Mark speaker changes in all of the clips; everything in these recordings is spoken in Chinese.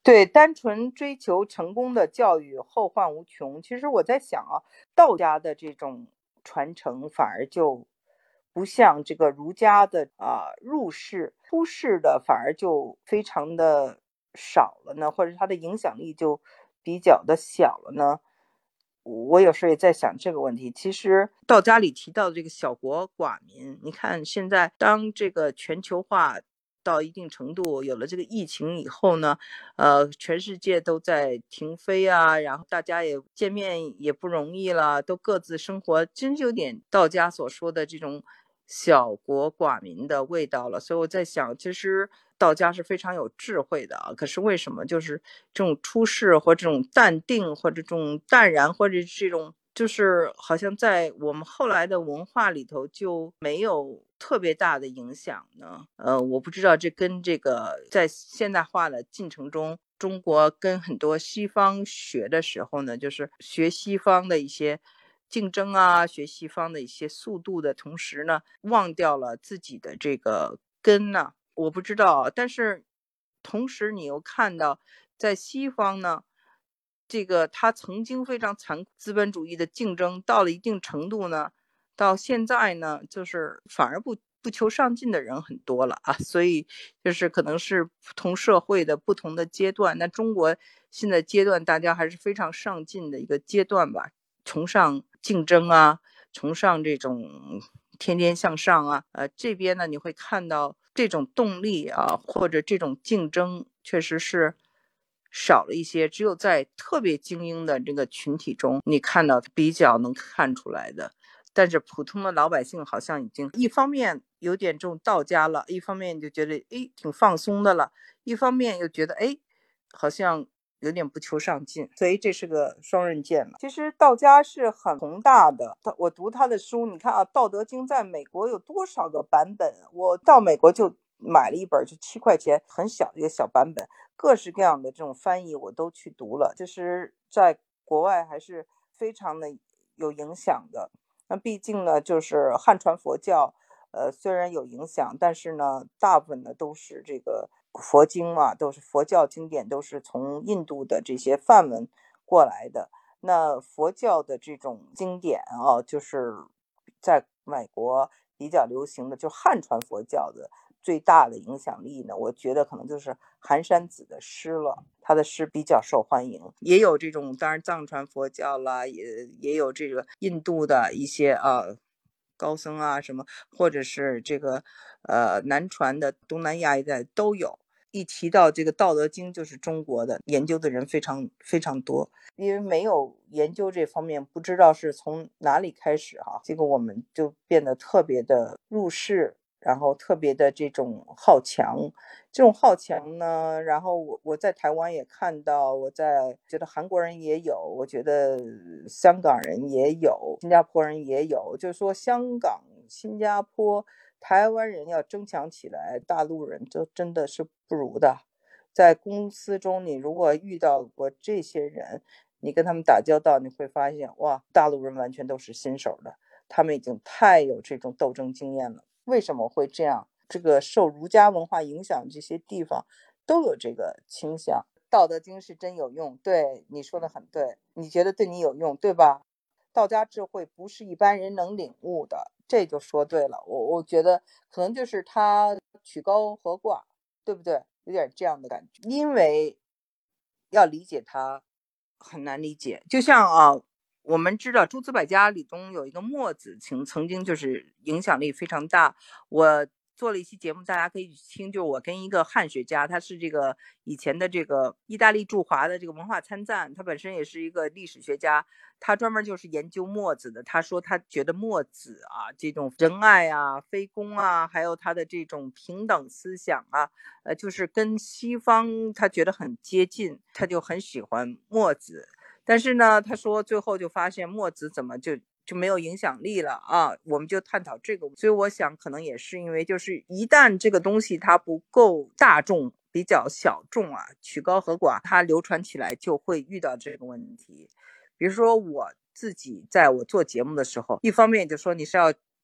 Speaker 1: 对，单纯追求成功的教育后患无穷。其实我在想啊，道家的这种传承反而就不像这个儒家的入世出世的反而就非常的少了呢，或者它的影响力就比较的小了呢。我有时候也在想这个问题。其实道家里提到的这个小国寡民，你看现在当这个全球化到一定程度，有了这个疫情以后呢，全世界都在停飞啊，然后大家也见面也不容易了，都各自生活，真就有点道家所说的这种小国寡民的味道了。所以我在想，其实道家是非常有智慧的啊，可是为什么就是这种出世或这种淡定或者这种淡然或者这种就是好像在我们后来的文化里头就没有特别大的影响呢？我不知道这跟这个在现代化的进程中，中国跟很多西方学的时候呢，就是学西方的一些竞争啊，学西方的一些速度的同时呢，忘掉了自己的这个根呢。我不知道，但是同时你又看到，在西方呢，这个他曾经非常残酷资本主义的竞争到了一定程度呢，到现在呢，就是反而不求上进的人很多了啊，所以就是可能是不同社会的不同的阶段。那中国现在阶段，大家还是非常上进的一个阶段吧，崇尚竞争啊，崇尚这种天天向上啊，这边呢你会看到这种动力啊，或者这种竞争确实是少了一些，只有在特别精英的这个群体中，你看到比较能看出来的。但是普通的老百姓好像已经一方面有点这种道家了，一方面就觉得挺放松的了，一方面又觉得好像有点不求上进，所以这是个双刃剑嘛。其实道家是很宏大的，我读他的书，你看啊，《道德经》在美国有多少个版本？我到美国就买了一本，就7块钱，很小的一个小版本，各式各样的这种翻译我都去读了，就是在国外还是非常的有影响的。那毕竟呢，就是汉传佛教，虽然有影响，但是呢，大部分呢都是这个佛经嘛，都是佛教经典，都是从印度的这些梵文过来的。那佛教的这种经典啊，就是在美国比较流行的，就汉传佛教的最大的影响力呢，我觉得可能就是寒山子的诗了。他的诗比较受欢迎，也有这种当然藏传佛教啦，也有这个印度的一些高僧啊什么，或者是这个南传的东南亚一带都有。一提到这个《道德经》，就是中国的研究的人非常非常多，因为没有研究这方面，不知道是从哪里开始哈，结果我们就变得特别的入世，然后特别的这种好强。这种好强呢，然后我在台湾也看到，我觉得韩国人也有，我觉得香港人也有，新加坡人也有，就是说香港、新加坡、台湾人要争强起来，大陆人就真的是不如的。在公司中，你如果遇到过这些人，你跟他们打交道，你会发现，哇，大陆人完全都是新手的，他们已经太有这种斗争经验了。为什么会这样？这个受儒家文化影响这些地方都有这个倾向。道德经是真有用，对，你说的很对，你觉得对你有用，对吧？道家智慧不是一般人能领悟的，这就说对了。我觉得可能就是他曲高和寡，对不对？有点这样的感觉，因为要理解他很难理解。就像我们知道诸子百家里中有一个墨子，曾经就是影响力非常大。我做了一期节目，大家可以听，就我跟一个汉学家，他是这个以前的这个意大利驻华的这个文化参赞，他本身也是一个历史学家，他专门就是研究墨子的。他说他觉得墨子啊，这种仁爱啊、非攻啊，还有他的这种平等思想啊，就是跟西方他觉得很接近，他就很喜欢墨子。但是呢，他说最后就发现墨子怎么就没有影响力了啊，我们就探讨这个。所以我想可能也是因为就是一旦这个东西它不够大众，比较小众啊，曲高和寡，它流传起来就会遇到这个问题。比如说我自己在我做节目的时候，一方面就说你是要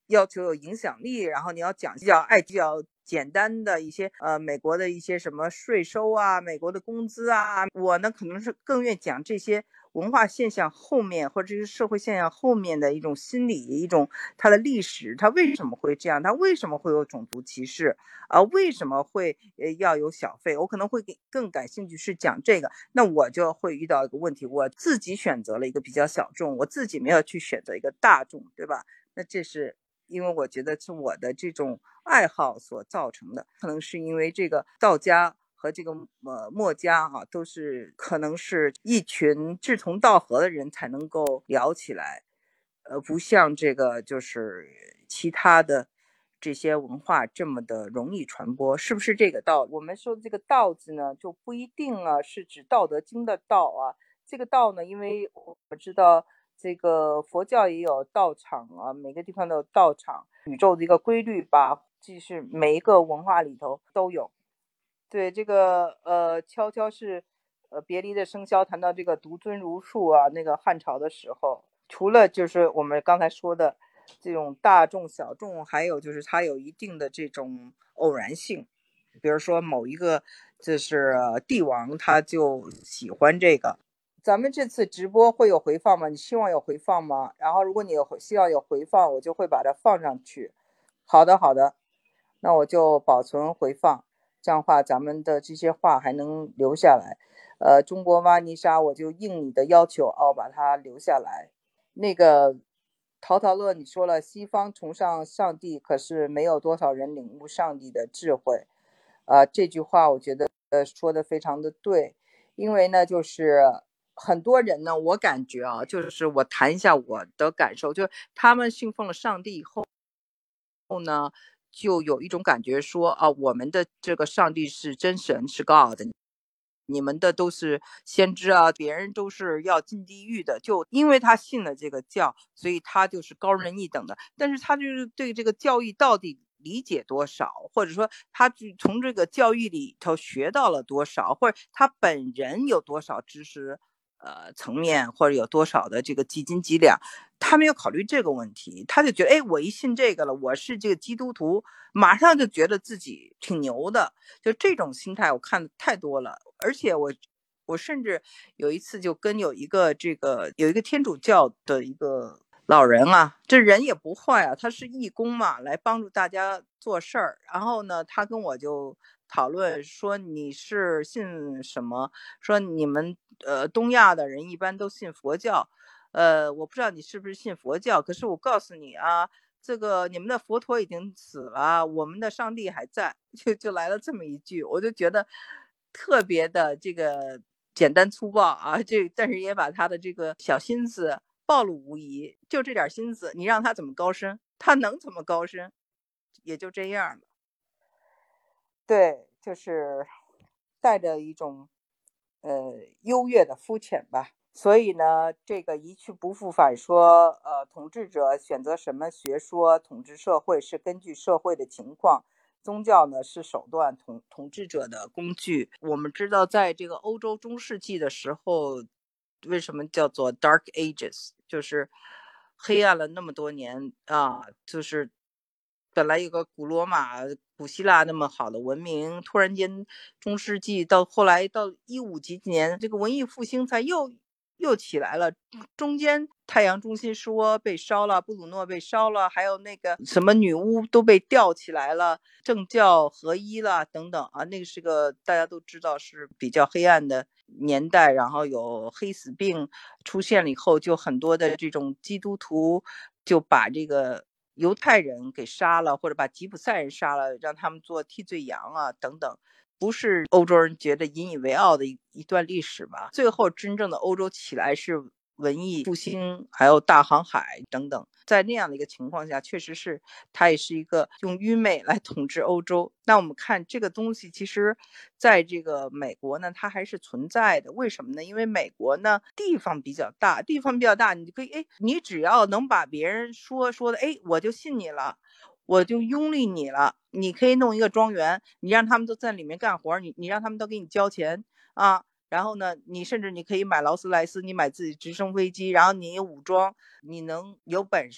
Speaker 1: 要求有影响力，然后你要讲比较简单的一些美国的一些什么税收啊，美国的工资啊，我呢可能是更愿意讲这些文化现象后面或者是社会现象后面的一种心理，一种它的历史，它为什么会这样，它为什么会有种族歧视为什么会要有小费，我可能会更感兴趣是讲这个。那我就会遇到一个问题，我自己选择了一个比较小众，我自己没有去选择一个大众，对吧？那这是因为我觉得是我的这种爱好所造成的，可能是因为这个道家和这个墨家都是可能是一群志同道合的人才能够聊起来，不像这个就是其他的这些文化这么的容易传播，是不是这个道理？我们说的这个道字呢，就不一定是指道德经的道这个道呢，因为我们知道这个佛教也有道场每个地方都有道场，宇宙的一个规律吧，即是每一个文化里头都有。对，这个悄悄是别离的笙箫，谈到这个独尊儒术那个汉朝的时候，除了就是我们刚才说的这种大众小众，还有就是它有一定的这种偶然性，比如说某一个就是帝王他就喜欢这个。咱们这次直播会有回放吗？你希望有回放吗？然后如果你希望有回放，我就会把它放上去。好的好的，那我就保存回放，这样的话咱们的这些话还能留下来。中国挖泥沙我就应你的要求把它留下来。那个陶陶乐你说了西方崇尚上帝，可是没有多少人领悟上帝的智慧这句话我觉得说的非常的对。因为呢就是很多人呢，我感觉就是我谈一下我的感受，就是他们信奉了上帝以后呢，就有一种感觉说我们的这个上帝是真神，是 God， 你们的都是先知别人都是要进地狱的。就因为他信了这个教，所以他就是高人一等的。但是他就是对这个教义到底理解多少，或者说他从这个教育里头学到了多少，或者他本人有多少知识层面，或者有多少的这个几斤几两，他没有考虑这个问题，他就觉得我一信这个了，我是这个基督徒，马上就觉得自己挺牛的。就这种心态我看的太多了。而且我甚至有一次就跟有一个天主教的一个老人这人也不坏他是义工嘛，来帮助大家做事儿。然后呢他跟我就讨论说你是信什么，说你们东亚的人一般都信佛教，我不知道你是不是信佛教，可是我告诉你这个你们的佛陀已经死了，我们的上帝还在，就来了这么一句，我就觉得特别的这个简单粗暴但是也把他的这个小心思暴露无遗。就这点心思，你让他怎么高深，他能怎么高深，也就这样了。对，就是带着一种优越的肤浅吧。所以呢这个一去不复返说统治者选择什么学说统治社会是根据社会的情况，宗教呢是手段，统治者的工具。我们知道在这个欧洲中世纪的时候，为什么叫做 Dark Ages， 就是黑暗了那么多年就是本来有个古罗马古希腊那么好的文明，突然间中世纪到后来到15几年，这个文艺复兴才又起来了。中间太阳中心说被烧了，布鲁诺被烧了，还有那个什么女巫都被吊起来了，政教合一了等等那个是个大家都知道是比较黑暗的年代。然后有黑死病出现了以后，就很多的这种基督徒就把这个犹太人给杀了，或者把吉普赛人杀了，让他们做替罪羊等等。不是欧洲人觉得引以为傲的一段历史吧。最后真正的欧洲起来是文艺复兴，还有大航海等等。在那样的一个情况下，确实是它也是一个用愚昧来统治欧洲。那我们看这个东西，其实在这个美国呢，它还是存在的。为什么呢？因为美国呢地方比较大，你就可以你只要能把别人说的我就信你了，我就拥立你了。你可以弄一个庄园，你让他们都在里面干活，你让他们都给你交钱然后呢你甚至你可以买劳斯莱斯，你买自己直升飞机，然后你有武装，你能有本事，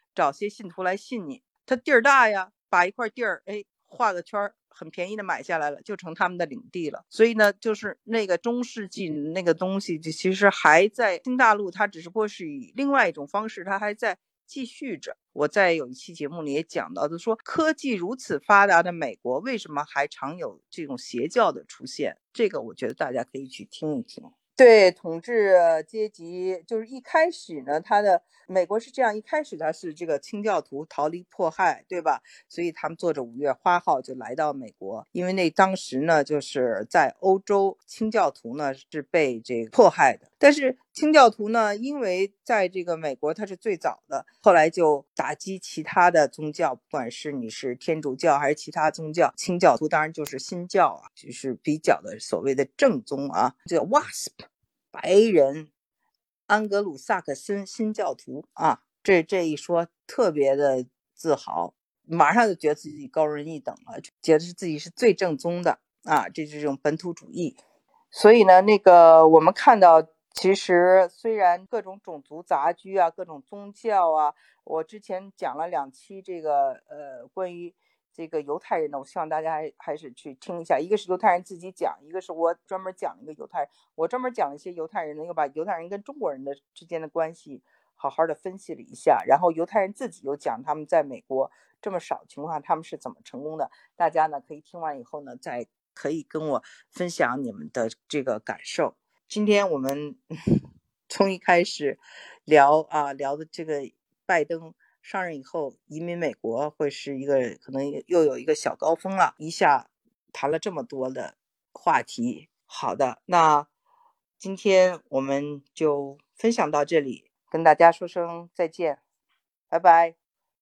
Speaker 1: 找些信徒来信你，他地儿大呀，把一块地儿画个圈，很便宜的买下来了，就成他们的领地了。所以呢，就是那个中世纪那个东西，其实还在新大陆，它只不过是以另外一种方式，它还在继续着。我在有一期节目里也讲到的，说科技如此发达的美国，为什么还常有这种邪教的出现？这个我觉得大家可以去听一听。对，统治阶级就是一开始呢，美国是这样，一开始他是这个清教徒逃离迫害，对吧？所以他们坐着5月花号就来到美国，因为当时呢，就是在欧洲清教徒呢是被这个迫害的，但是清教徒呢，因为在这个美国它是最早的，后来就打击其他的宗教，不管是你是天主教还是其他宗教，清教徒当然就是新教啊，就是比较的所谓的正宗啊，叫 WASP。白人安格鲁萨克森新教徒啊，这一说特别的自豪，马上就觉得自己高人一等了，觉得自己是最正宗的啊，这是这种本土主义。所以呢，我们看到，其实虽然各种种族杂居啊，各种宗教啊，我之前讲了2期这个关于这个犹太人的，我希望大家还是去听一下。一个是犹太人自己讲，一个是我专门讲一个犹太人，我专门讲了一些犹太人呢，又把犹太人跟中国人的之间的关系好好的分析了一下，然后犹太人自己又讲他们在美国这么少情况他们是怎么成功的，大家呢可以听完以后呢再可以跟我分享你们的这个感受。今天我们从一开始聊的这个拜登上任以后移民美国会是一个可能又有一个小高峰了，一下谈了这么多的话题。好的，那今天我们就分享到这里，跟大家说声再见，拜拜。